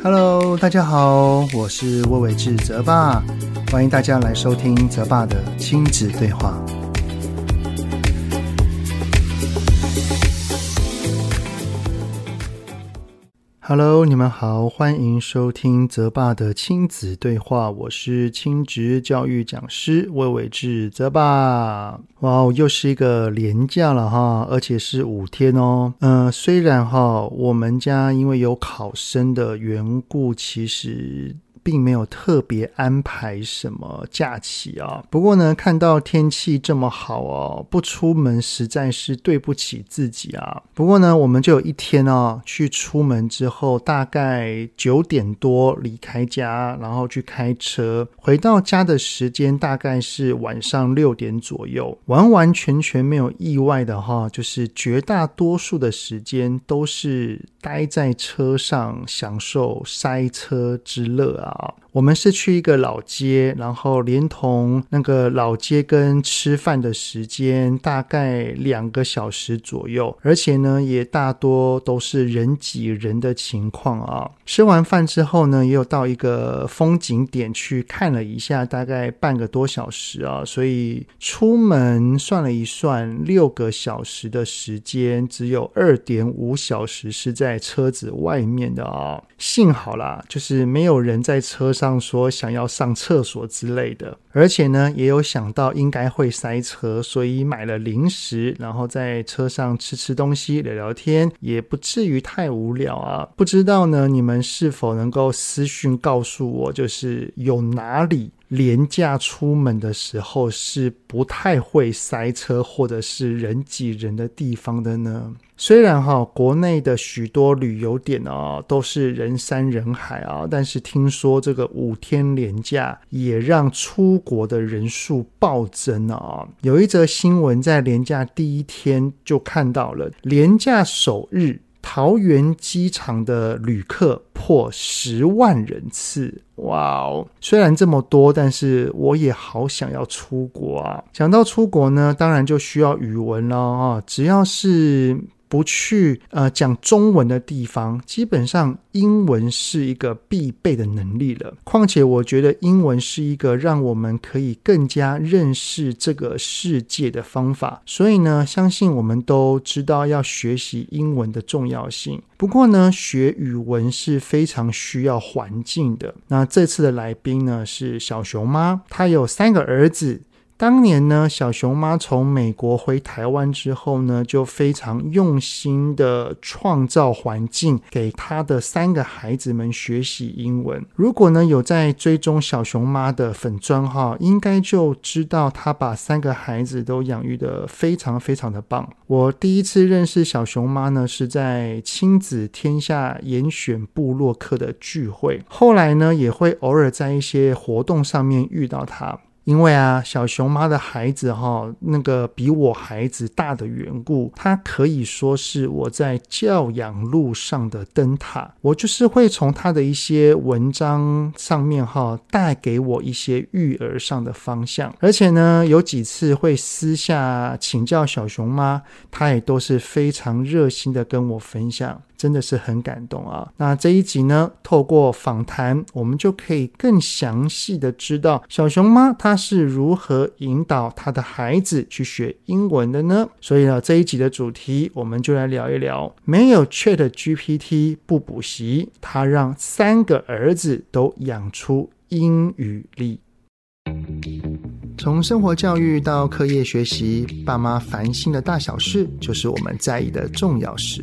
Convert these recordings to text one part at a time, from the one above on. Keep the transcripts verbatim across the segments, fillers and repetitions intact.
Hello， 大家好，我是魏伟志泽爸，欢迎大家来收听泽爸的亲子对话。Hello， 你们好，欢迎收听泽爸的亲子对话，我是亲职教育讲师魏伟志泽爸。哇，又是一个连假了哈，而且是五天哦。嗯、呃，虽然哈，我们家因为有考生的缘故，其实并没有特别安排什么假期啊。不过呢，看到天气这么好哦，不出门实在是对不起自己啊。不过呢，我们就有一天哦，去出门之后，大概九点多离开家，然后去开车，回到家的时间大概是晚上六点左右。完完全全没有意外的哈，就是绝大多数的时间都是待在车上享受塞车之乐啊。我们是去一个老街，然后连同那个老街跟吃饭的时间大概两个小时左右，而且呢也大多都是人挤人的情况啊。吃完饭之后呢，也有到一个风景点去看了一下，大概半个多小时啊，所以出门算了一算，六个小时的时间，只有二点五小时是在车子外面的啊。幸好啦，就是没有人在车上说想要上厕所之类的，而且呢也有想到应该会塞车，所以买了零食，然后在车上吃吃东西聊聊天，也不至于太无聊啊。不知道呢你们是否能够私讯告诉我，就是有哪里连假出门的时候是不太会塞车或者是人挤人的地方的呢？虽然哈国内的许多旅游点啊都是人山人海啊，但是听说这个五天连假也让出国的人数暴增啊。有一则新闻在连假第一天就看到了，连假首日桃园机场的旅客破十万人次，哇哦！虽然这么多，但是我也好想要出国啊。讲到出国呢，当然就需要语文了啊。只要是不去呃讲中文的地方，基本上英文是一个必备的能力了。况且我觉得英文是一个让我们可以更加认识这个世界的方法，所以呢，相信我们都知道要学习英文的重要性。不过呢，学语文是非常需要环境的。那这次的来宾呢是小熊妈，她有三个儿子。当年呢，小熊妈从美国回台湾之后呢，就非常用心的创造环境给她的三个孩子们学习英文。如果呢有在追踪小熊妈的粉专号，应该就知道她把三个孩子都养育得非常非常的棒。我第一次认识小熊妈呢，是在亲子天下严选部落客的聚会，后来呢也会偶尔在一些活动上面遇到她。因为啊，小熊妈的孩子哈，那个比我孩子大的缘故，他可以说是我在教养路上的灯塔。我就是会从他的一些文章上面哈，带给我一些育儿上的方向。而且呢，有几次会私下请教小熊妈，他也都是非常热心的跟我分享。真的是很感动啊。那这一集呢，透过访谈，我们就可以更详细的知道小熊妈她是如何引导她的孩子去学英文的呢？所以呢，这一集的主题我们就来聊一聊，没有 Chat G P T 不补习，她让三个儿子都养出英语力。从生活教育到课业学习，爸妈烦心的大小事，就是我们在意的重要事。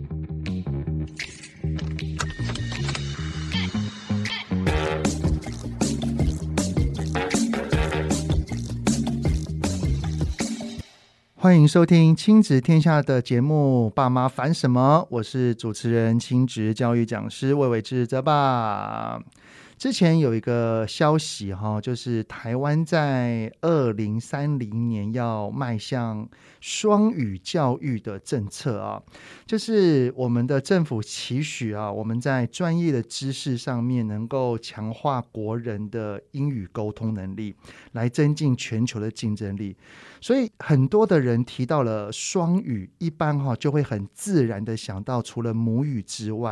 欢迎收听亲子天下的节目，爸妈烦什么？我是主持人亲职教育讲师魏伟志泽爸。之前有一个消息哈，就是台湾在二零三零年要迈向双语教育的政策啊，就是我们的政府期许啊，我们在专业的知识上面能够强化国人的英语沟通能力，来增进全球的竞争力。所以很多的人提到了双语，一般哈就会很自然的想到除了母语之外，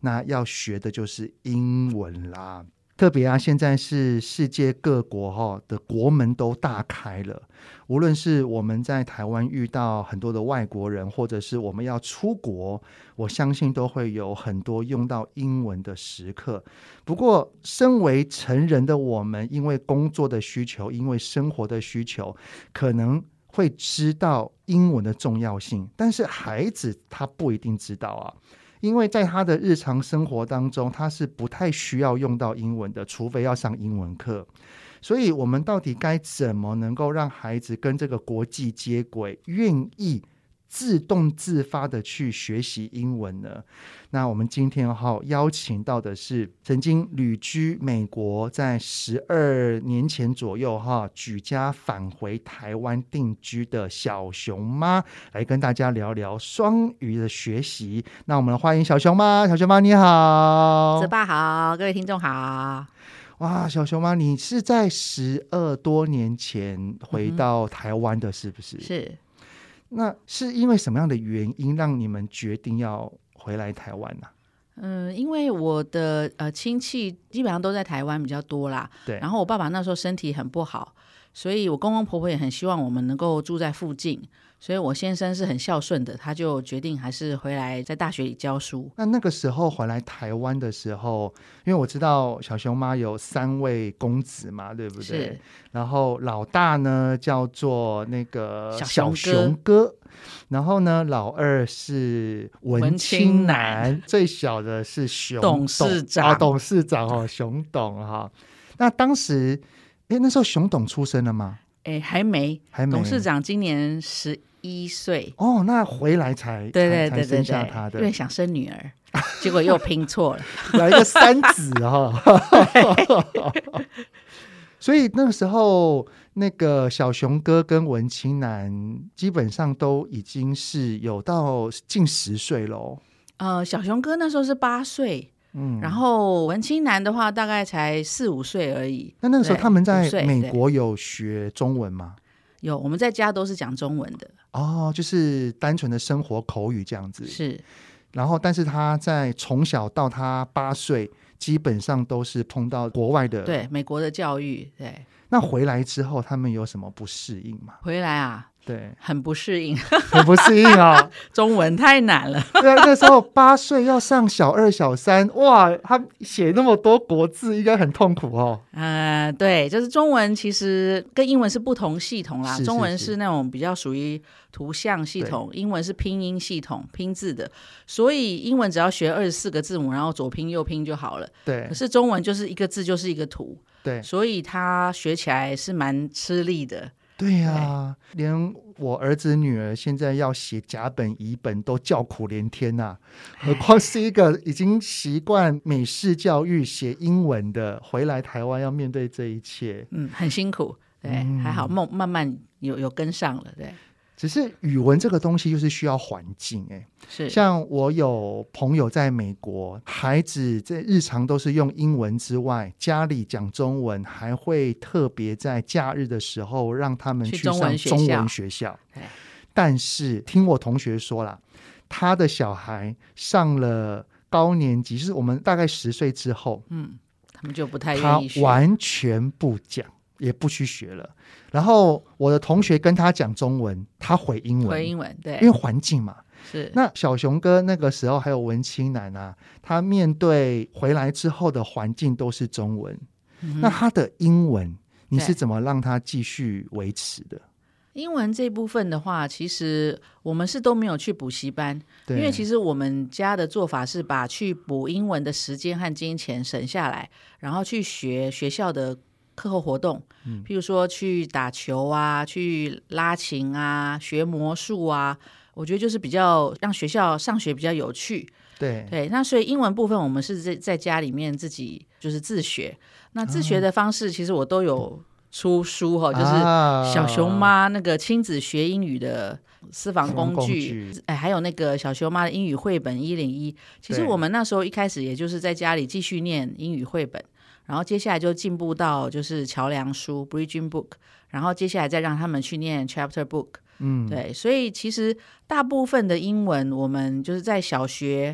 那要学的就是英文啦。特别啊，现在是世界各国、哦、的国门都大开了，无论是我们在台湾遇到很多的外国人，或者是我们要出国，我相信都会有很多用到英文的时刻。不过身为成人的我们，因为工作的需求，因为生活的需求，可能会知道英文的重要性，但是孩子他不一定知道啊，因为在他的日常生活当中，他是不太需要用到英文的，除非要上英文课。所以我们到底该怎么能够让孩子跟这个国际接轨，愿意自动自发的去学习英文呢？那我们今天、哦、邀请到的是曾经旅居美国，在十二年前左右、哦、举家返回台湾定居的小熊妈，来跟大家聊聊双语的学习。那我们欢迎小熊妈。小熊妈你好。 泽爸好，各位听众好。 哇，小熊妈，你是在十二多年前回到台湾的是不是？ 嗯、是。 那是因为什么样的原因让你们决定要回来台湾呢、啊？ 嗯，因为我的呃亲戚基本上都在台湾比较多啦。 对。 然后我爸爸那时候身体很不好，所以我公公婆婆也很希望我们能够住在附近。所以我先生是很孝顺的，他就决定还是回来在大学里教书。 那那个时候回来台湾的时候，因为我知道小熊妈有三位公子嘛，对不对？ 是。 然后老大呢叫做那个小熊哥，然后呢老二是文青男，最小的是熊董事长、 啊、董事长哦，熊董哈、哦。那当时，哎，那时候熊董出生了吗？ 哎，还没， 还没。 董事长今年十一岁哦，那回来才对对对对对， 才生下他的， 因为想生女儿，结果又拼错了， 来一个三子哈、哦。所以那个时候，那个小熊哥跟文青男基本上都已经是有到近十岁了。 呃，小熊哥那时候是八岁。 嗯， 然后文青男的话大概才四五岁而已。 那那个时候他们在美国有学中文吗？ 有，我们在家都是讲中文的。 哦，就是单纯的生活口语这样子。 是。 然后但是他在从小到他八岁基本上都是碰到国外的， 对，美国的教育。对。 那回来之后他们有什么不适应吗？ 回来啊， 对， 很不适应， 很不适应啊！ 中文太难了。 对啊，那时候八岁要上小二、小三，哇，他写那么多国字，应该很痛苦哦。 呃，对，就是中文其实跟英文是不同系统啦。 是是是， 中文是那种比较属于图像系统，英文是拼音系统，拼字的。所以英文只要学二十四个字母，然后左拼右拼就好了。 对。 可是中文就是一个字就是一个图。 对。 所以他学起来是蛮吃力的。 对呀、啊，连我儿子女儿现在要写甲本乙本都叫苦连天啊，何况是一个已经习惯美式教育写英文的，回来台湾要面对这一切， 嗯，很辛苦。对，嗯、还好慢慢慢有有跟上了。对。 只是语文这个东西就是需要环境。哎， 是。 像我有朋友在美国，孩子在日常都是用英文之外，家里讲中文，还会特别在假日的时候让他们去上中文学校。但是听我同学说啦，他的小孩上了高年级，就是我们大概十岁之后， 嗯，他们就不太愿意学， 他完全不讲，也不去学了。然后我的同学跟他讲中文，他回英文， 回英文，对， 因为环境嘛。 是。 那小熊哥那个时候还有文青男啊，他面对回来之后的环境都是中文、嗯、那他的英文你是怎么让他继续维持的？ 英文这部分的话，其实我们是都没有去补习班，因为其实我们家的做法是把去补英文的时间和金钱省下来，然后去学学校的课后活动，嗯，譬如说去打球啊，去拉琴啊，学魔术啊，我觉得就是比较让学校上学比较有趣。 对对，那所以英文部分我们是在在家里面自己就是自学。那自学的方式其实我都有出书、哦、就是小熊妈那个亲子学英语的私房工 具, 工具哎，还有那个小熊妈的英语绘本一零一。其实我们那时候一开始也就是在家里继续念英语绘本，然后接下来就进步到就是桥梁书 Bridging Book， 然后接下来再让他们去念 Chapter Book。嗯，对，所以其实大部分的英文我们就是在小学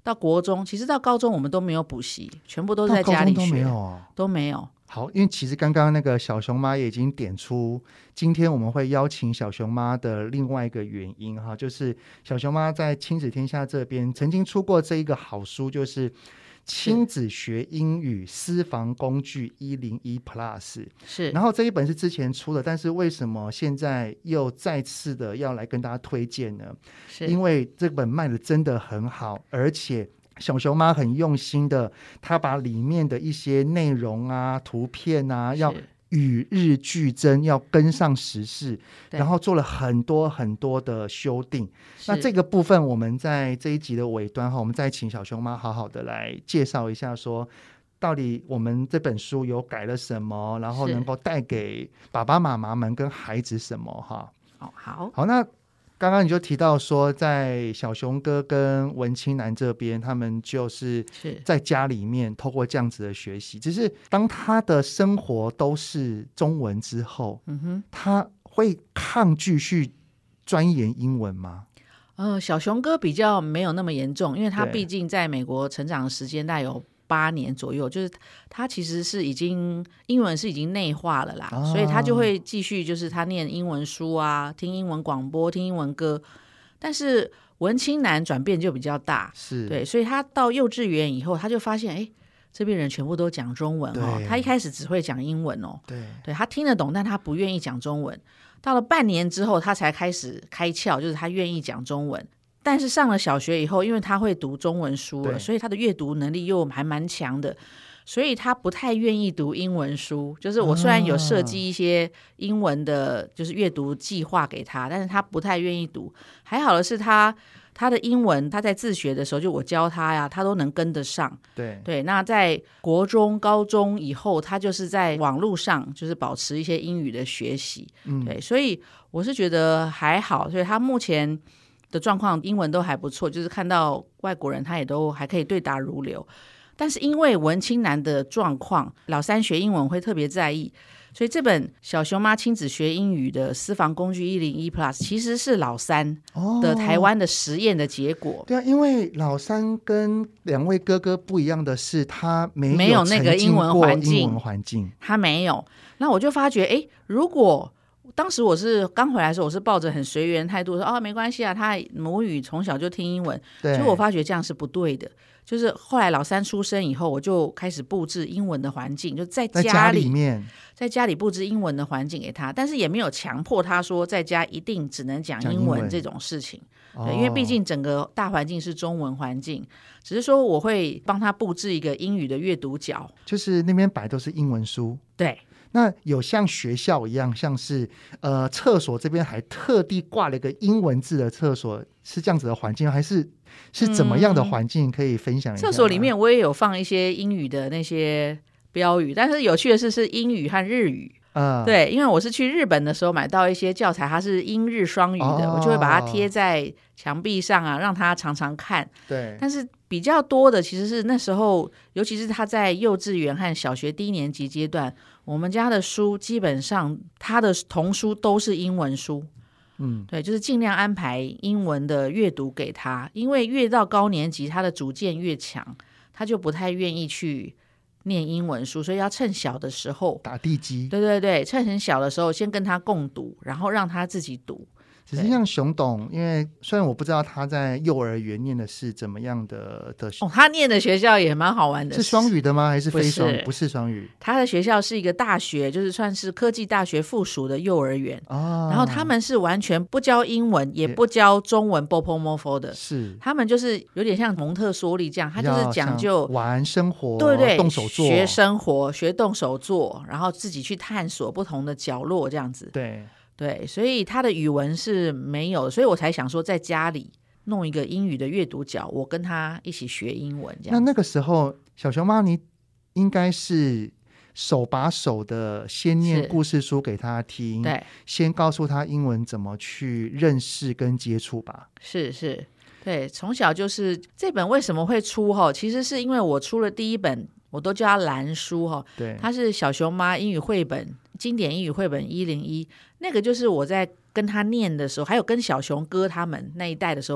到国中，其实到高中我们都没有补习，全部都是在家里学。 到高中都没有、哦、 都没有。 好，因为其实刚刚那个小熊妈也已经点出今天我们会邀请小熊妈的另外一个原因哈，就是小熊妈在亲子天下这边曾经出过这一个好书，就是亲子学英语私房工具一零一 Plus， 是， 然后这一本是之前出的，但是为什么现在又再次的要来跟大家推荐呢？ 是因为这本卖的真的很好，而且小熊妈很用心的，她把里面的一些内容啊、图片啊，要与日俱增，要跟上时事，然后做了很多很多的修订。那这个部分我们在这一集的尾端，我们再请小熊妈好好的来介绍一下，说到底我们这本书有改了什么，然后能够带给爸爸妈妈们跟孩子什么哈。 哦，好好，那刚刚你就提到说在小熊哥跟文青男这边，他们就是在家里面透过这样子的学习，只是当他的生活都是中文之后、嗯、哼他会抗拒去钻研英文吗？ 呃，小熊哥比较没有那么严重，因为他毕竟在美国成长的时间大概有八年左右，就是他其实是已经英文是已经内化了啦、啊、所以他就会继续就是他念英文书啊，听英文广播，听英文歌。但是文青男转变就比较大， 是对，所以他到幼稚园以后他就发现哎，这边人全部都讲中文哦，他一开始只会讲英文哦， 对对，他听得懂，但他不愿意讲中文。到了半年之后他才开始开窍，就是他愿意讲中文。但是上了小学以后，因为他会读中文书了，所以他的阅读能力又还蛮强的，所以他不太愿意读英文书。就是我虽然有设计一些英文的就是阅读计划给他，但是他不太愿意读。还好的是他他的英文他在自学的时候，就我教他呀，他都能跟得上。 对对，那在国中高中以后，他就是在网络上就是保持一些英语的学习、嗯、对，所以我是觉得还好，所以他目前的状况英文都还不错，就是看到外国人他也都还可以对答如流。但是因为文青男的状况，老三学英文会特别在意，所以这本小熊妈亲子学英语的私房工具一零一 Plus 其实是老三的台湾的实验的结果、哦、 对啊，因为老三跟两位哥哥不一样的是他没有没有那个英文环境， 英文环境他没有。那我就发觉哎，如果当时我是刚回来的时候，我是抱着很随缘态度说哦没关系啊，他母语从小就听英文，结果我发觉这样是不对的。就是后来老三出生以后，我就开始布置英文的环境，就在家里， 在家里面在家里布置英文的环境给他，但是也没有强迫他说在家一定只能讲英文这种事情。对，因为毕竟整个大环境是中文环境，只是说我会帮他布置一个英语的阅读角， 就是那边摆都是英文书。 对， 那有像学校一样，像是呃厕所这边还特地挂了一个英文字的厕所，是这样子的环境，还是是怎么样的环境？可以分享一下、嗯、 厕所里面我也有放一些英语的那些标语，但是有趣的是是英语和日语。Uh, 对，因为我是去日本的时候买到一些教材，它是英日双语的、哦、我就会把它贴在墙壁上啊，让他常常看。 对， 但是比较多的其实是那时候，尤其是他在幼稚园和小学低年级阶段，我们家的书基本上他的童书都是英文书。嗯，对，就是尽量安排英文的阅读给他，因为越到高年级他的主见越强，他就不太愿意去念英文书，所以要趁小的时候打地基。 对对对，趁很小的时候先跟他共读，然后让他自己读。 只是像熊董，因为虽然我不知道他在幼儿园念的是怎么样的的哦，他念的学校也蛮好玩的。 是双语的吗？还是非双语？不是双语， 他的学校是一个大学，就是算是科技大学附属的幼儿园、哦、然后他们是完全不教英文也不教中文 bopomofo 的， 是他们就是有点像蒙特梭利这样，他就是讲究玩生活， 对对， 动手做， 学生活，学动手做，然后自己去探索不同的角落这样子。 对对，所以他的语文是没有，所以我才想说在家里弄一个英语的阅读角，我跟他一起学英文这样。 那那个时候小熊妈你应该是手把手的先念故事书给他听， 对， 先告诉他英文怎么去认识跟接触吧。 是是，对，从小就是这本为什么会出齁，其实是因为我出了第一本我都叫它蓝书齁， 对， 它是小熊妈英语绘本经典英语绘本一零一，那个就是我在跟他念的时候，还有跟小熊哥他们那一代的时候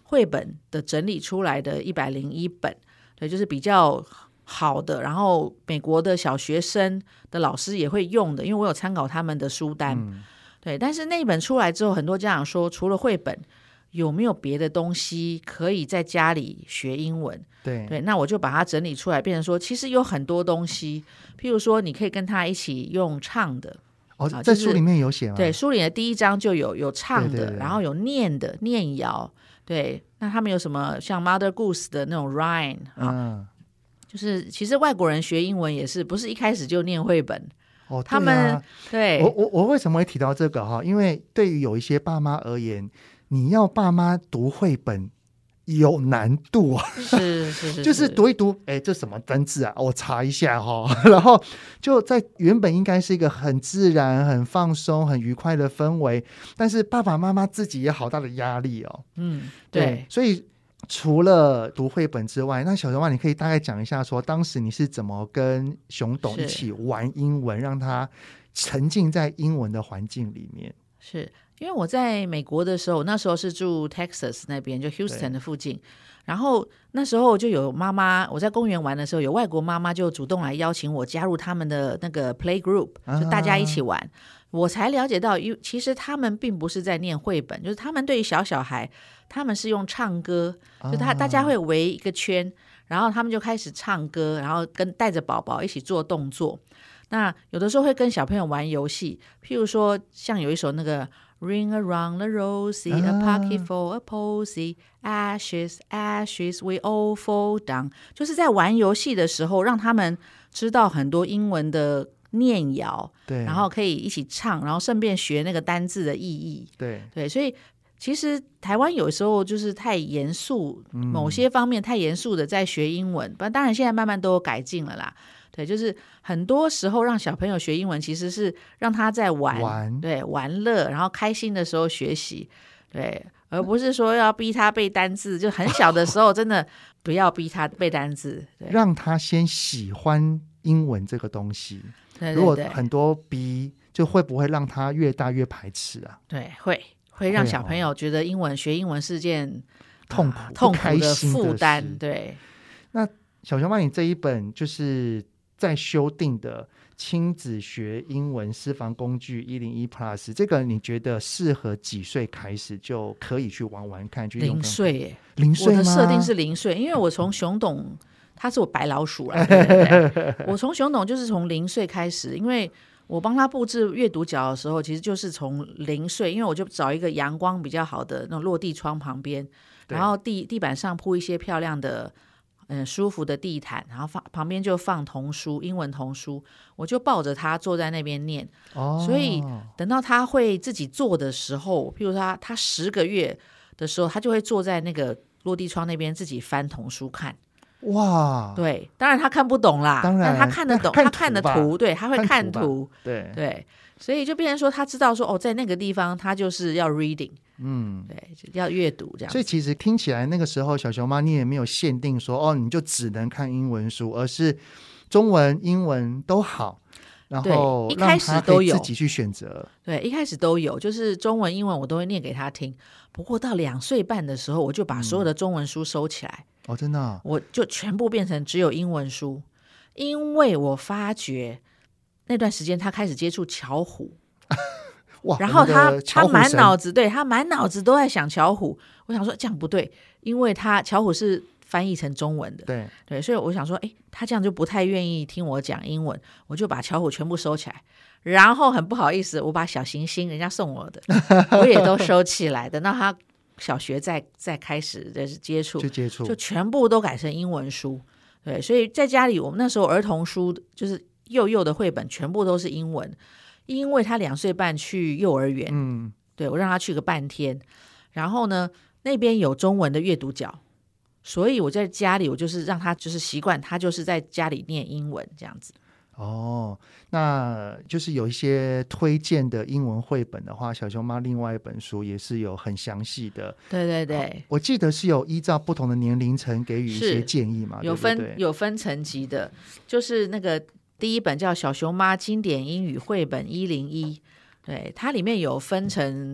绘本的整理出来的一百零一本，对，就是比较好的，然后美国的小学生的老师也会用的，因为我有参考他们的书单、嗯、对。但是那一本出来之后，很多家长说除了绘本有没有别的东西可以在家里学英文？ 对, 对，那我就把它整理出来，变成说其实有很多东西，譬如说你可以跟他一起用唱的哦，在书里面有写吗？ 对，书里的第一章就有有唱的， 对对对， 然后有念的念谣，对。那他们有什么像 Mother Goose 的那种 rhyme 啊、嗯，就是其实外国人学英文也是不是一开始就念绘本哦， 他们对、啊、 对我我我为什么会提到这个哈？因为对于有一些爸妈而言，你要爸妈读绘本有难度啊， 是是 是, 是就是读一读，哎，这什么单字啊？我查一下哈，然后就在原本应该是一个很自然、很放松、很愉快的氛围，但是爸爸妈妈自己也好大的压力哦。 嗯，对， 对，所以除了读绘本之外，那小熊妈，你可以大概讲一下说，当时你是怎么跟熊董一起玩英文，让他沉浸在英文的环境里面？ 是。因为我在美国的时候，那时候是住 Texas 那边，就 Houston 的附近，然后那时候就有妈妈，我在公园玩的时候，有外国妈妈就主动来邀请我加入他们的那个 play group，就大家一起玩、啊、我才了解到其实他们并不是在念绘本，就是他们对于小小孩他们是用唱歌，就他、啊、大家会围一个圈，然后他们就开始唱歌，然后跟带着宝宝一起做动作。那有的时候会跟小朋友玩游戏，譬如说像有一首那个Ring around the rosy, a pocket for a posy, ashes, ashes, we all fall down， 就是在玩游戏的时候让他们知道很多英文的念谣，对，然后可以一起唱，然后顺便学那个单字的意义。 对对，所以其实台湾有时候就是太严肃、嗯、某些方面太严肃的在学英文，不然当然现在慢慢都有改进了啦。对，就是很多时候让小朋友学英文其实是让他在玩玩对玩乐，然后开心的时候学习，对，而不是说要逼他背单字，就很小的时候真的不要逼他背单字，对， 让他先喜欢英文这个东西。 对对对， 如果很多逼就会不会让他越大越排斥啊？ 对，会会让小朋友觉得英文、哦、学英文是件痛苦、 啊、痛苦的负担。对， 那小熊妈，你这一本就是在修订的亲子学英文私房工具一零一 Plus， 这个你觉得适合几岁开始就可以去玩玩看？去用看看零岁耶， 零岁吗？ 我的设定是零岁，因为我从熊董他是我白老鼠啦，对对对我从熊董就是从零岁开始，因为我帮他布置阅读角的时候，其实就是从零岁，因为我就找一个阳光比较好的那种落地窗旁边，然后地地板上铺一些漂亮的嗯，舒服的地毯，然后放旁边就放童书，英文童书，我就抱着他坐在那边念、哦、所以等到他会自己做的时候，譬如说 他, 他十个月的时候，他就会坐在那个落地窗那边自己翻童书看。 哇， 对，当然他看不懂啦， 当然但他看得懂，他看的图，对，他会看图， 对对，所以就变成说他知道说哦，在那个地方他就是要 reading， 嗯，对，要阅读这样。 所以其实听起来那个时候小熊妈你也没有限定说哦，你就只能看英文书，而是中文、英文都好。然后一开始都有自己去选择， 对，一开始都有，就是中文、英文我都会念给他听。不过到两岁半的时候，我就把所有的中文书收起来。 嗯、哦，真的、啊， 我就全部变成只有英文书，因为我发觉那段时间他开始接触巧虎， 哇， 然后他他满脑子，对他满脑子都在想巧虎。我想说这样不对，因为他巧虎是翻译成中文的， 对对，所以我想说，哎，他这样就不太愿意听我讲英文，我就把巧虎全部收起来，然后很不好意思，我把小行星人家送我的，我也都收起来，等到他小学再再开始就是接触， 就接触， 就全部都改成英文书，对，所以在家里我们那时候儿童书就是幼幼的绘本全部都是英文，因为他两岁半去幼儿园，嗯，对，我让他去个半天，然后呢那边有中文的阅读角。所以我在家里我就是让他就是习惯他就是在家里念英文这样子。 哦，那就是有一些推荐的英文绘本的话，小熊妈另外一本书也是有很详细的， 对对对， 我记得是有依照不同的年龄层给予一些建议嘛， 有分对不对？ 有分层级的，就是那个第一本叫小熊妈经典英语绘本一零一，对，它里面有分成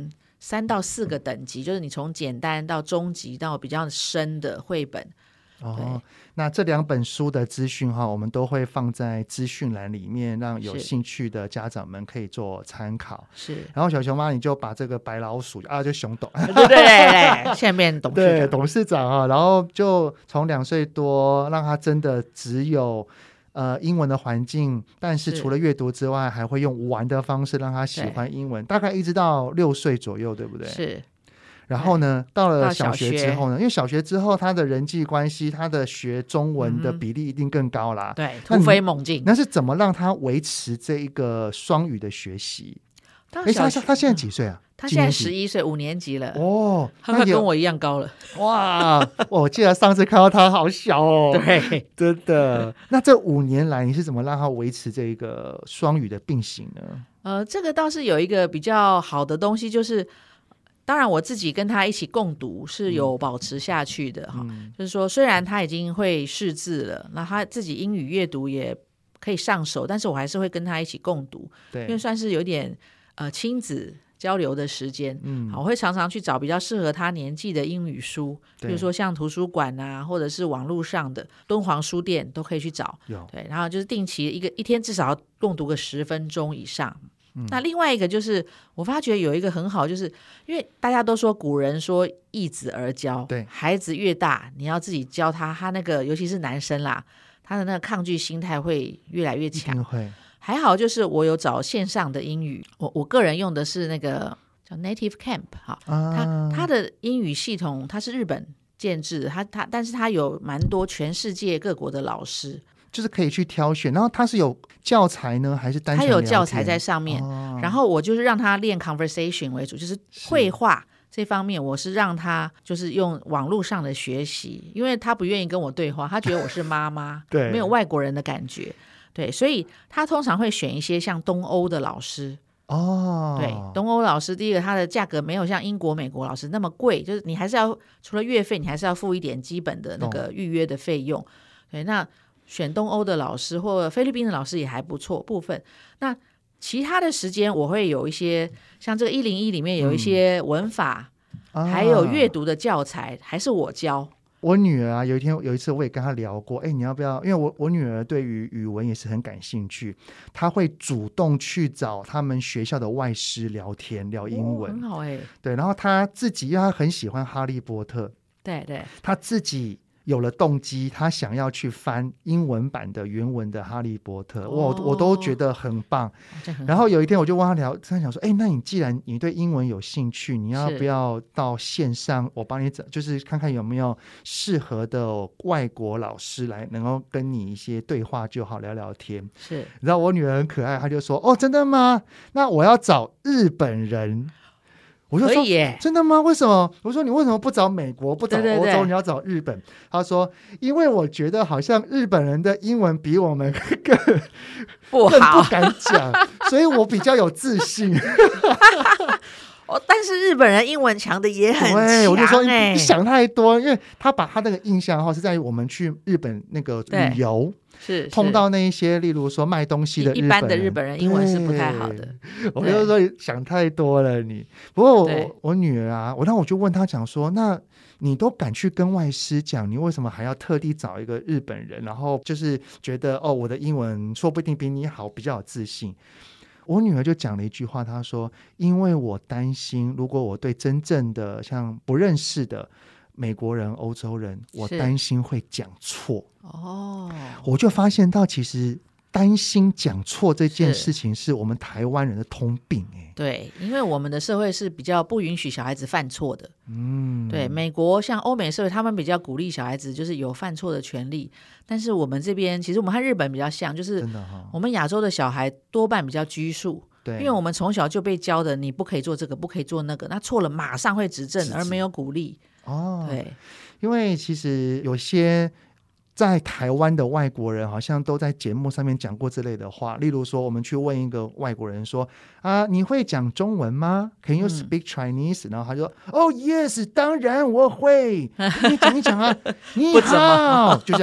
三到四个等级，就是你从简单到中级到比较深的绘本。 哦，那这两本书的资讯哈，我们都会放在资讯栏里面，让有兴趣的家长们可以做参考。 是， 然后小熊妈你就把这个白老鼠啊，就熊董， 对对对，现在变董事长， 对董事长啊，然后就从两岁多，让他真的只有呃英文的环境，但是除了阅读之外，还会用玩的方式让他喜欢英文，大概一直到六岁左右，对不对？ 是。 然后呢，到了小学之后呢，因为小学之后他的人际关系，他的学中文的比例一定更高啦， 嗯、对，突飞猛进。 那是怎么让他维持这一个双语的学习？哎，他他现在几岁啊？ 他现在十一岁，五年级了。 哦， 他快跟我一样高了。 哇，我记得上次看到他好小哦。 对， 真的。那这五年来，你是怎么让他维持这个双语的并行呢？ 呃，这个倒是有一个比较好的东西，就是当然我自己跟他一起共读是有保持下去的哈、嗯。就是说，虽然他已经会识字了，那他自己英语阅读也可以上手，但是我还是会跟他一起共读， 对， 因为算是有点呃亲子交流的时间， 嗯， 好，我会常常去找比较适合他年纪的英语书，比如说像图书馆啊，或者是网络上的敦煌书店都可以去找，对，然后就是定期一个一天至少要共读个十分钟以上。嗯、那另外一个就是我发觉有一个很好，就是因为大家都说古人说易子而教， 对， 孩子越大你要自己教他，他那个尤其是男生啦，他的那个抗拒心态会越来越强， 会。 还好就是我有找线上的英语，我我个人用的是那个叫 Native Camp 哈、啊，它它的英语系统它是日本建制，它它但是它有蛮多全世界各国的老师， 就是可以去挑选。然后它是有教材呢，还是单纯聊天？ 它有教材在上面、哦、然后我就是让他练 conversation 为主，就是绘画这方面我是让他就是用网络上的学习，因为他不愿意跟我对话，他觉得我是妈妈对，没有外国人的感觉，对，所以他通常会选一些像东欧的老师哦， 对，东欧老师第一个他的价格没有像英国美国老师那么贵，就是你还是要除了月费你还是要付一点基本的那个预约的费用，对，那选东欧的老师或菲律宾的老师也还不错部分。那其他的时间我会有一些像这个一零一里面有一些文法、嗯、还有阅读的教材、啊、还是我教。 我女儿啊，有一天有一次我也跟她聊过，哎，你要不要？因为我我女儿对于语文也是很感兴趣，她会主动去找他们学校的外师聊天聊英文， 哦、很好哎。 对，然后她自己，因为她很喜欢哈利波特， 对对， 她自己有了动机，她想要去翻英文版的原文的哈利波特，我、哦、我都觉得很棒。 很然后有一天我就问她聊，她想说，哎，那你既然你对英文有兴趣，你要不要到线上我帮你找，就是看看有没有适合的外国老师来能够跟你一些对话就好，聊聊天。 是， 你知道我女儿很可爱，她就说，哦，真的吗？那我要找日本人。我就说真的吗？为什么？我说你为什么不找美国，不找欧洲，对对对，你要找日本？他说因为我觉得好像日本人的英文比我们更不好， 更不敢讲，所以我比较有自信。 哦，但是日本人英文强的也很强、欸、 我就说 你, 你想太多，因为他把他那个印象是在于我们去日本那个旅游是碰到那一些例如说卖东西的日本人， 一般的日本人英文是不太好的， 我就说想太多了你。不过 我, 我女儿啊，我然后我就问她讲说，那你都敢去跟外师讲，你为什么还要特地找一个日本人，然后就是觉得哦我的英文说不定比你好，比较有自信。我女儿就讲了一句话，她说因为我担心如果我对真正的像不认识的美国人欧洲人，我担心会讲错。哦，我就发现到其实担心讲错这件事情是我们台湾人的通病、欸、 对，因为我们的社会是比较不允许小孩子犯错的。嗯，对，美国像欧美社会他们比较鼓励小孩子就是有犯错的权利，但是我们这边其实我们和日本比较像，就是我们亚洲的小孩多半比较拘束，对，因为我们从小就被教的你不可以做这个不可以做那个，那错了马上会指正而没有鼓励。哦，对， 因为其实有些在台湾的外国人好像都在节目上面讲过这类的话，例如说我们去问一个外国人说啊，你会讲中文吗？ Can you speak Chinese、嗯、然后他说哦、oh, yes 当然我会，你讲一讲啊你好，就这样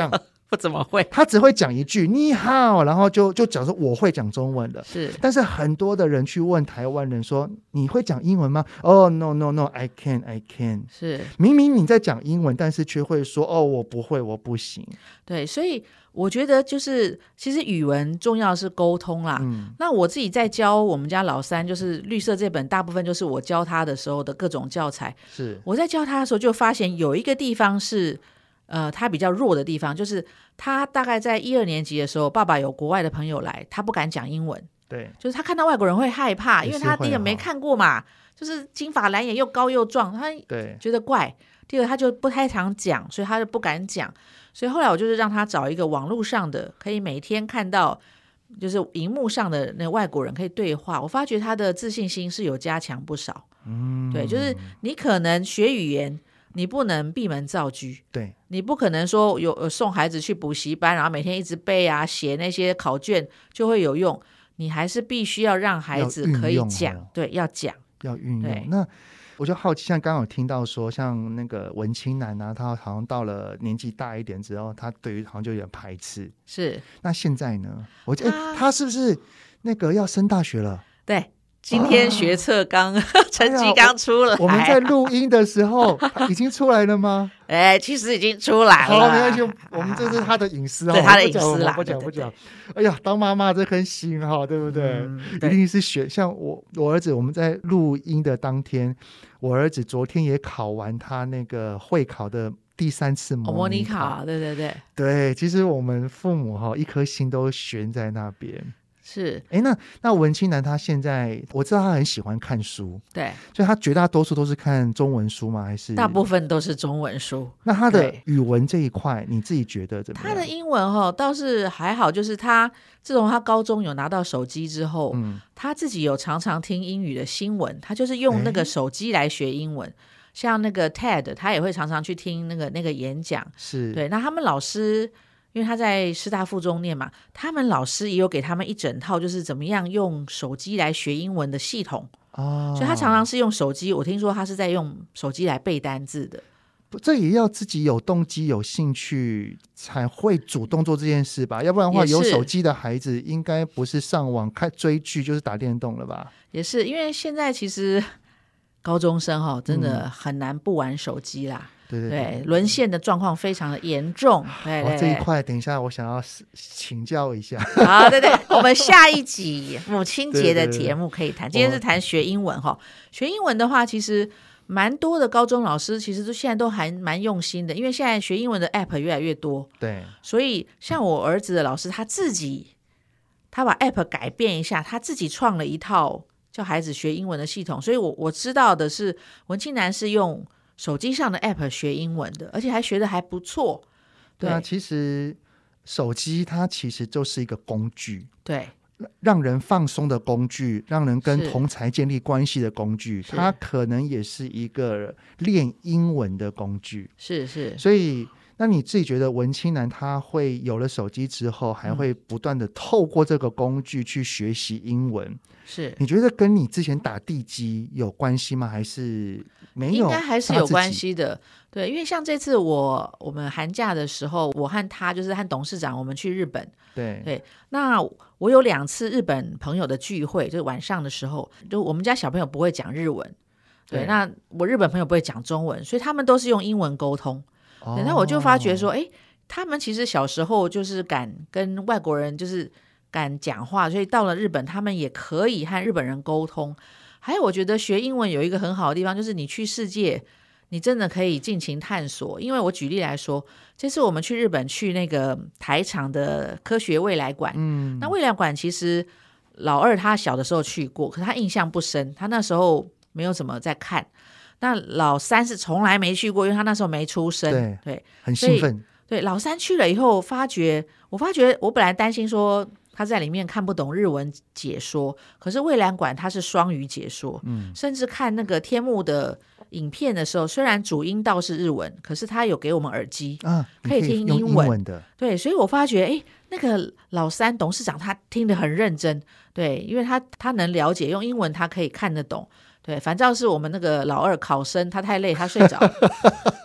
不怎么会， 他只会讲一句你好，然后就就讲说我会讲中文的。 是， 但是很多的人去问台湾人说你会讲英文吗？哦、oh, no no no I can I can， 是明明你在讲英文，但是却会说哦我不会我不行。 对，所以我觉得就是其实语文重要是沟通啦、嗯、那我自己在教我们家老三，就是绿色这本大部分就是我教他的时候的各种教材， 是我在教他的时候就发现有一个地方是呃，他比较弱的地方，就是他大概在一二年级的时候，爸爸有国外的朋友来，他不敢讲英文。 对， 就是他看到外国人会害怕，因为他第一个没看过嘛，就是金发蓝眼又高又壮，他觉得怪。第二他就不太常讲，所以他就不敢讲。所以后来我就是让他找一个网络上的，可以每天看到就是荧幕上的那外国人可以对话，我发觉他的自信心是有加强不少。嗯，对，就是你可能学语言你不能闭门造车， 对， 你不可能说有送孩子去补习班，然后每天一直背啊写那些考卷就会有用，你还是必须要让孩子可以讲、哦、对，要讲要运用。那我就好奇，像刚刚有听到说像那个文青男啊，他好像到了年纪大一点之后，他对于好像就有点排斥。 是， 那现在呢？我觉得、啊欸、他是不是那个要升大学了？ 对，今天学测刚、啊、成绩刚出来、 哎、我, 我们在录音的时候已经出来了吗？ 哎，其实已经出来了。 好，没关系，我们这是他的隐私、啊、 对，他的隐私啦， 不讲不讲。哎呀，当妈妈这颗心哈，对不对？嗯、对，一定是学。像我我儿子，我们在录音的当天，我儿子昨天也考完他那个会考的第三次模拟考，哦、 模拟考，对对对对。其实我们父母哈一颗心都悬在那边。 是， 哎，那那文青男他现在我知道他很喜欢看书， 对， 所以他绝大多数都是看中文书吗？还是大部分都是中文书？ 那他的语文这一块，你自己觉得怎么样？ 他的英文哦倒是还好，就是他自从他高中有拿到手机之后，嗯，他自己有常常听英语的新闻，他就是用那个手机来学英文。像那个 T E D 他也会常常去听那个那个演讲， 是对。 那他们老师因为他在师大附中念嘛，他们老师也有给他们一整套就是怎么样用手机来学英文的系统、哦、所以他常常是用手机，我听说他是在用手机来背单字的。 这也要自己有动机有兴趣才会主动做这件事吧，要不然的话有手机的孩子应该不是上网看追剧就是打电动了吧。 也是因为现在其实高中生、哦、真的很难不玩手机啦、嗯对对 对, 对，沦陷的状况非常的严重。对对对、哦、这一块等一下我想要请教一下。 好，对对，我们下一集母亲节的节目可以谈。今天是谈学英文哈，学英文的话，其实蛮多的高中老师其实都现在都还蛮用心的，因为现在学英文的 app 越来越多。 对， 所以像我儿子的老师，他自己他把 app 改变一下，他自己创了一套叫孩子学英文的系统。所以我我知道的是，文青男是用手机上的 app 学英文的，而且还学得还不错。 对, 对啊，其实手机它其实就是一个工具， 对， 让人放松的工具，让人跟同侪建立关系的工具，它可能也是一个练英文的工具。 是是， 所以那你自己觉得文青男他会有了手机之后还会不断的透过这个工具去学习英文、嗯、是你觉得跟你之前打地基有关系吗？还是没有？ 应该还是有关系的。对，因为像这次我我们寒假的时候，我和他就是和董事长我们去日本。 对对，那我有两次日本朋友的聚会，就是晚上的时候，就我们家小朋友不会讲日文， 对, 对，那我日本朋友不会讲中文，所以他们都是用英文沟通。对，那我就发觉说，哎，他们其实小时候就是敢跟外国人就是敢讲话，所以到了日本他们也可以和日本人沟通。还有我觉得学英文有一个很好的地方，就是你去世界你真的可以尽情探索。因为我举例来说，这次我们去日本去那个台场的科学未来馆，嗯，那未来馆其实老二他小的时候去过，可是他印象不深，他那时候没有怎么在看。那老三是从来没去过，因为他那时候没出生。 对, 对， 很兴奋。 对，老三去了以后发觉，我发觉我本来担心说他在里面看不懂日文解说，可是未来馆他是双语解说、嗯、甚至看那个天幕的影片的时候，虽然主音道是日文，可是他有给我们耳机、啊、可以听英 文, 英文的。对，所以我发觉哎，那个老三董事长他听得很认真。对，因为他他能了解，用英文他可以看得懂。对，反正是我们那个老二考生他太累他睡着了。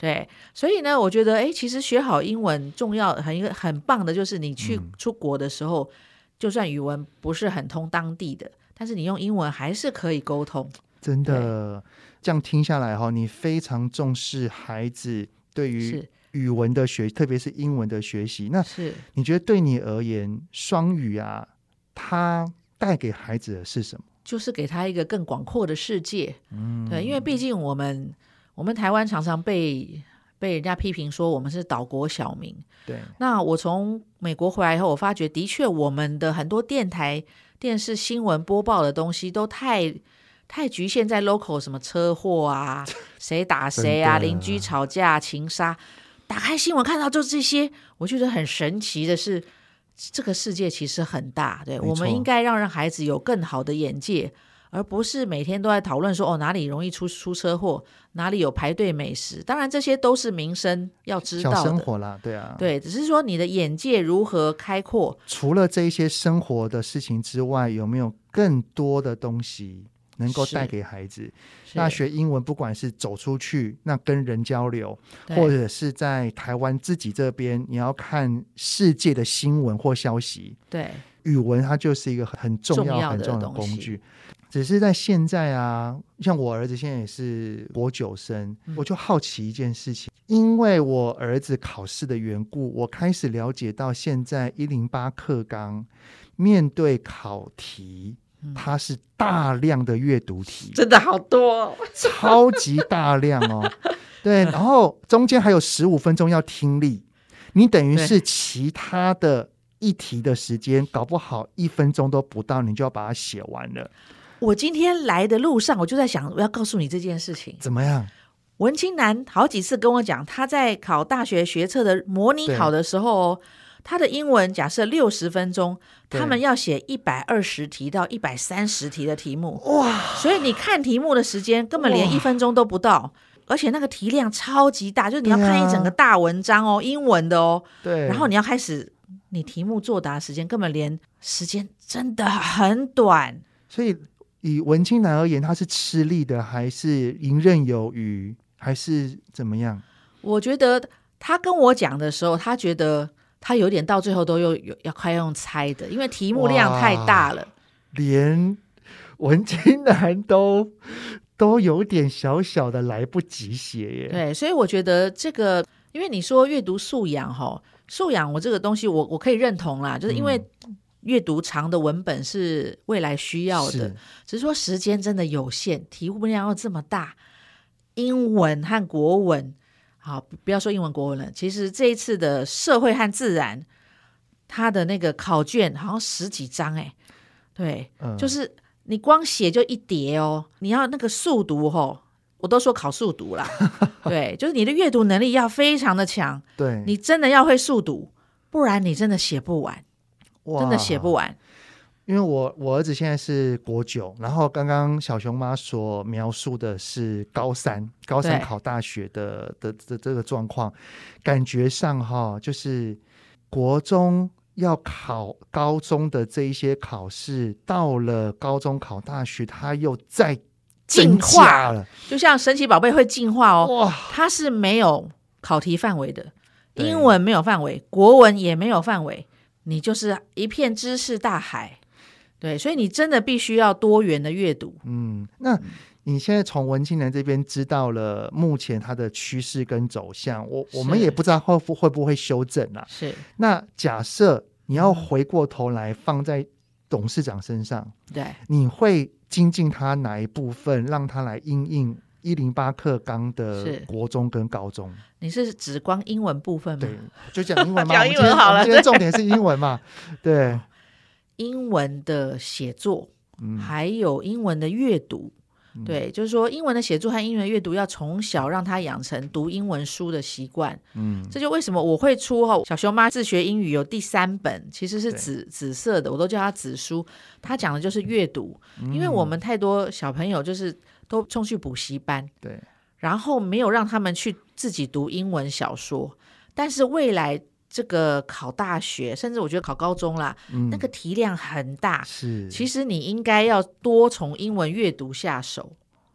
对，所以呢我觉得哎，其实学好英文重要很一个很棒的就是你去出国的时候、嗯、就算语文不是很通当地的，但是你用英文还是可以沟通。 真的这样听下来你非常重视孩子对于语文的学，特别是英文的学习。那是你觉得对你而言双语啊它带给孩子的是什么？ 就是给他一个更广阔的世界。嗯，对，因为毕竟我们我们台湾常常被被人家批评说我们是岛国小民。 对， 那我从美国回来以后，我发觉的确我们的很多电台电视新闻播报的东西都太太局限在 local， 什么车祸啊谁打谁啊邻居吵架情杀，打开新闻看到就这些。我觉得很神奇的是这个世界其实很大，对，我们应该让让孩子有更好的眼界，而不是每天都在讨论说哦哪里容易出出车祸，哪里有排队美食。当然这些都是民生要知道的， 小生活啦，对啊， 对，只是说你的眼界如何开阔。 除了这一些生活的事情之外，有没有更多的东西能够带给孩子？那学英文不管是走出去那跟人交流，或者是在台湾自己这边你要看世界的新闻或消息， 对， 语文它就是一个很重要很重要的工具。只是在现在啊，像我儿子现在也是国九生、嗯、我就好奇一件事情，因为我儿子考试的缘故，我开始了解到现在一零八课纲面对考题它是大量的阅读题， 真的好多、哦、 超级大量哦。对，然后中间还有十五分钟要听力，你等于是其他的一题的时间搞不好一分钟都不到你就要把它写完了。 我今天来的路上我就在想我要告诉你这件事情。 怎么样？ 文清南好几次跟我讲他在考大学学测的模拟考的时候，他的英文假设六十分钟，他们要写一百二十题到一百三十题的题目。哇！所以你看题目的时间根本连一分钟都不到，而且那个题量超级大，就是你要看一整个大文章哦，英文的哦。 对。 然后你要开始，你题目作答时间根本连时间真的很短。 所以以文清南而言，他是吃力的，还是游刃有余，还是怎么样？ 我觉得他跟我讲的时候，他觉得他有点到最后都有要快用猜的，因为题目量太大了， 连文清南都都有点小小的来不及写耶。 对，所以我觉得这个，因为你说阅读素养哈，素养我这个东西我我可以认同啦，就是因为阅读长的文本是未来需要的，只是说时间真的有限，题目量又这么大，英文和国文，好，不要说英文国文了，其实这一次的社会和自然它的那个考卷好像十几张哎，对、嗯、就是你光写就一叠哦，你要那个速读哦，我都说考速读啦对，就是你的阅读能力要非常的强， 对， 你真的要会速读，不然你真的写不完，真的写不完。 因为我我儿子现在是国九，然后刚刚小熊妈所描述的是高三高三考大学的的的这个状况，感觉上哈，就是国中要考高中的这一些考试，到了高中考大学，它又再进化了， 就像神奇宝贝会进化哦，它是没有考题范围的，英文没有范围，国文也没有范围，你就是一片知识大海。对，所以你真的必须要多元的阅读。 嗯，那你现在从文清南这边知道了目前它的趋势跟走向，我我们也不知道会会不会修正啊。 是， 那假设你要回过头来放在董事长身上， 对、嗯， 你会精进他哪一部分，让他来因应一零八课纲的国中跟高中？ 你是指光英文部分吗？ 对，就讲英文嘛。 讲英文好了， 我们今天重点是英文嘛？对。 英文的写作、嗯、还有英文的阅读、嗯、对，就是说英文的写作和英文的阅读要从小让他养成读英文书的习惯。嗯，这就为什么我会出小熊妈自学英语有第三本，其实是紫紫色的，我都叫它紫书，它讲的就是阅读、嗯、因为我们太多小朋友就是都送去补习班， 对， 然后没有让他们去自己读英文小说，但是未来这个考大学甚至我觉得考高中啦、嗯、那个题量很大， 是， 其实你应该要多从英文阅读下手、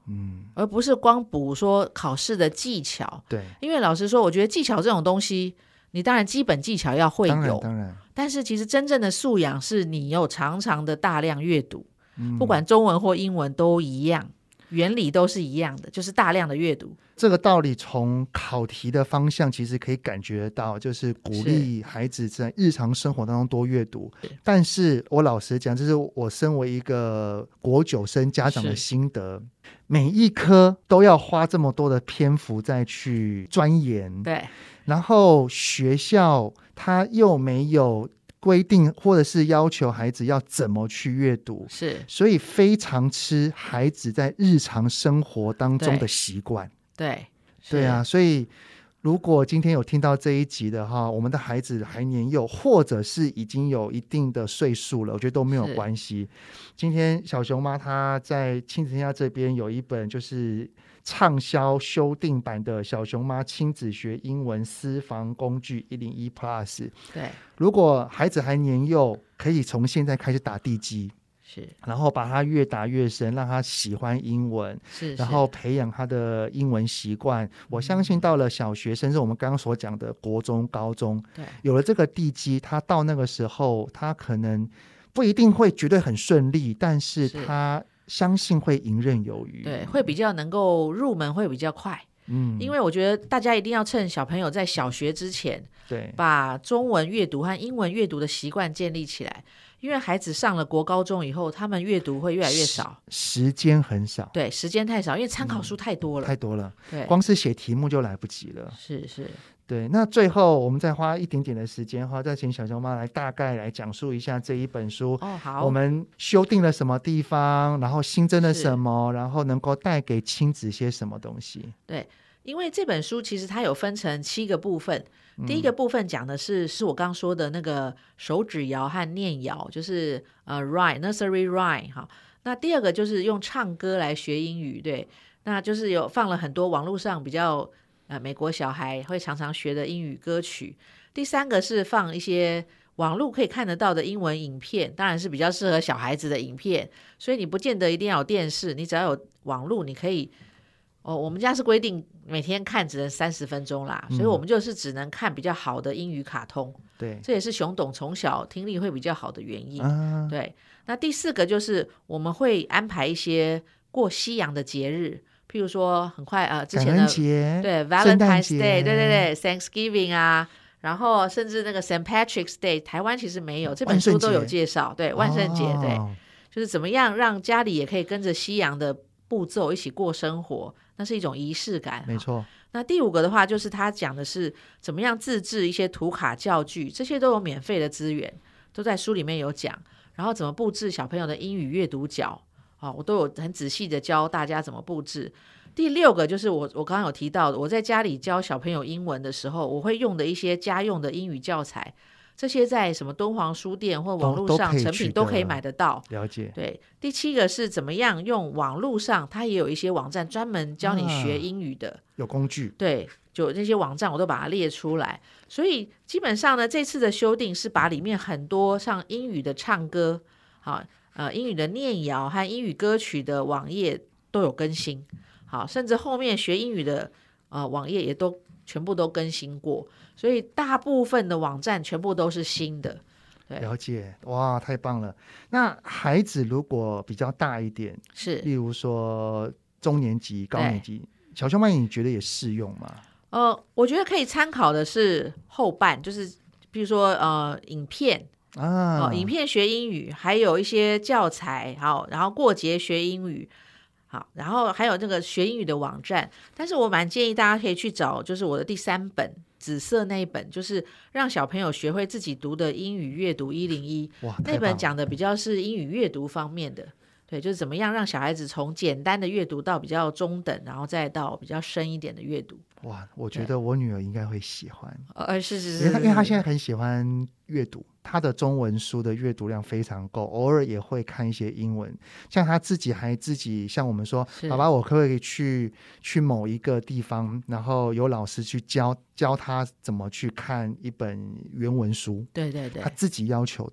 嗯， 而不是光补说考试的技巧。 对， 因为老实说，我觉得技巧这种东西，你当然基本技巧要会有， 当然当然， 但是其实真正的素养是你有常常的大量阅读， 嗯， 不管中文或英文都一样，原理都是一样的，就是大量的阅读。 这个道理从考题的方向其实可以感觉到，就是鼓励孩子在日常生活当中多阅读。但是我老实讲，这是我身为一个国九生家长的心得，每一科都要花这么多的篇幅再去钻研， 对， 然后学校他又没有规定或者是要求孩子要怎么去阅读， 是， 所以非常吃孩子在日常生活当中的习惯。 对对啊，所以如果今天有听到这一集的话，我们的孩子还年幼，或者是已经有一定的岁数了，我觉得都没有关系。今天小熊妈她在亲子天下这边有一本就是畅销修订版的小熊妈亲子学英文私房工具一零一 Plus。 对， 如果孩子还年幼，可以从现在开始打地基， 是， 然后把他越打越深，让他喜欢英文， 是， 然后培养他的英文习惯。我相信到了小学，甚至我们刚刚所讲的国中、高中， 对， 有了这个地基，他到那个时候，他可能不一定会绝对很顺利，但是他相信会游刃有余， 对，会比较能够入门，会比较快。嗯，因为我觉得大家一定要趁小朋友在小学之前，对，把中文阅读和英文阅读的习惯建立起来。因为孩子上了国高中以后，他们阅读会越来越少， 时间很少， 对，时间太少，因为参考书太多了， 嗯、太多了， 对， 光是写题目就来不及了， 是是， 对。那最后我们再花一点点的时间哈，再请小熊妈来大概来讲述一下这一本书， 哦，好， 我们修订了什么地方，然后新增了什么，然后能够带给亲子些什么东西。 对，因为这本书其实它有分成七个部分。第一个部分讲的是是我刚刚说的那个手指谣和念谣，就是呃 rhyme nursery rhyme 哈。那第二个就是用唱歌来学英语，对，那就是有放了很多网络上比较呃美国小孩会常常学的英语歌曲。第三个是放一些网络可以看得到的英文影片，当然是比较适合小孩子的影片，所以你不见得一定要有电视，你只要有网络，你可以。哦，我们家是规定每天看只能三十分钟啦、嗯，所以我们就是只能看比较好的英语卡通。对，这也是熊董从小听力会比较好的原因。啊、对，那第四个就是我们会安排一些过西洋的节日，譬如说很快呃之前的对 Valentine's Day， 对对对 Thanksgiving 啊，然后甚至那个 Saint Patrick's Day， 台湾其实没有，这本书都有介绍。对，万圣节、哦，对，就是怎么样让家里也可以跟着西洋的步骤一起过生活，那是一种仪式感。 没错。 那第五个的话，就是他讲的是怎么样自制一些图卡教具，这些都有免费的资源，都在书里面有讲。然后怎么布置小朋友的英语阅读角、哦、我都有很仔细的教大家怎么布置。第六个就是我我刚刚有提到的，我在家里教小朋友英文的时候，我会用的一些家用的英语教材，这些在什么敦煌书店或网络上成品都可以买得到。 了解。 对，第七个是怎么样用网络上，它也有一些网站专门教你学英语的，啊、 有工具。 对，就那些网站我都把它列出来。所以基本上呢，这次的修订是把里面很多像英语的唱歌，好，呃，英语的念谣和英语歌曲的网页都有更新。好，甚至后面学英语的呃网页也都全部都更新过。所以大部分的网站全部都是新的。对， 了解，哇，太棒了。那孩子如果比较大一点， 是例如说中年级、高年级，小熊妈你觉得也适用吗？ 呃，我觉得可以参考的是后半，就是比如说呃影片啊、呃，影片学英语，还有一些教材，好，然后过节学英语。好，然后还有那个学英语的网站，但是我蛮建议大家可以去找，就是我的第三本紫色那一本，就是让小朋友学会自己读的英语阅读一零一，那本讲的比较是英语阅读方面的，对，就是怎么样让小孩子从简单的阅读到比较中等，然后再到比较深一点的阅读。 哇，我觉得我女儿应该会喜欢， 呃，是是是， 因为她因为她现在很喜欢阅读，她的中文书的阅读量非常够，偶尔也会看一些英文，像她自己还自己像我们说，爸爸我可不可以去去某一个地方，然后有老师去教教她怎么去看一本原文书， 对对对， 她自己要求的。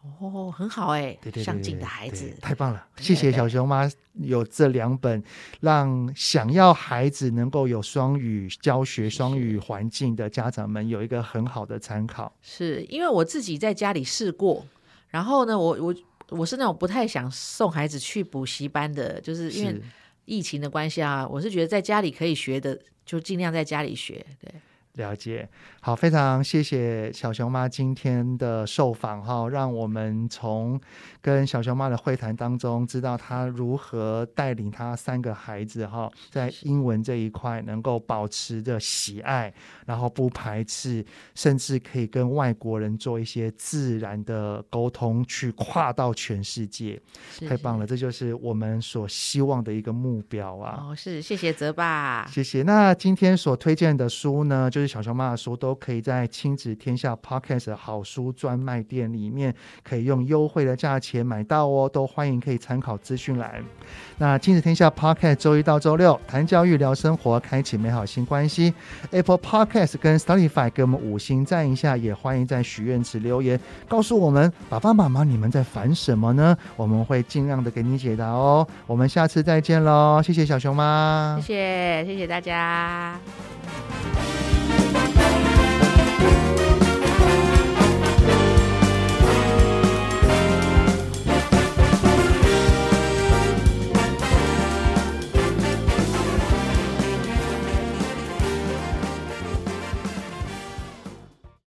哦，很好哎， 对对对， 上进的孩子， 太棒了！谢谢小熊妈有这两本，让想要孩子能够有双语教学、双语环境的家长们有一个很好的参考。 是因为我自己在家里试过，然后呢，我我我是那种不太想送孩子去补习班的，就是因为疫情的关系啊，我是觉得在家里可以学的，就尽量在家里学。对。 了解，好，非常谢谢小熊妈今天的受访哈，让我们从跟小熊妈的会谈当中知道她如何带领她三个孩子哈，在英文这一块能够保持着喜爱，然后不排斥，甚至可以跟外国人做一些自然的沟通，去跨到全世界，太棒了，这就是我们所希望的一个目标啊！ 哦，是，谢谢泽爸， 谢谢。那今天所推荐的书呢，就是小熊妈的书，都可以在亲子天下 Podcast 好书专卖店里面可以用优惠的价钱买到哦，都欢迎可以参考资讯栏。那亲子天下 Podcast 周一到周六谈教育聊生活，开启美好新关系。 Apple Podcast 跟 Spotify 给我们五星赞一下，也欢迎在许愿池留言告诉我们爸爸妈妈你们在烦什么呢，我们会尽量的给你解答哦。我们下次再见咯，谢谢小熊妈， 谢谢谢谢大家。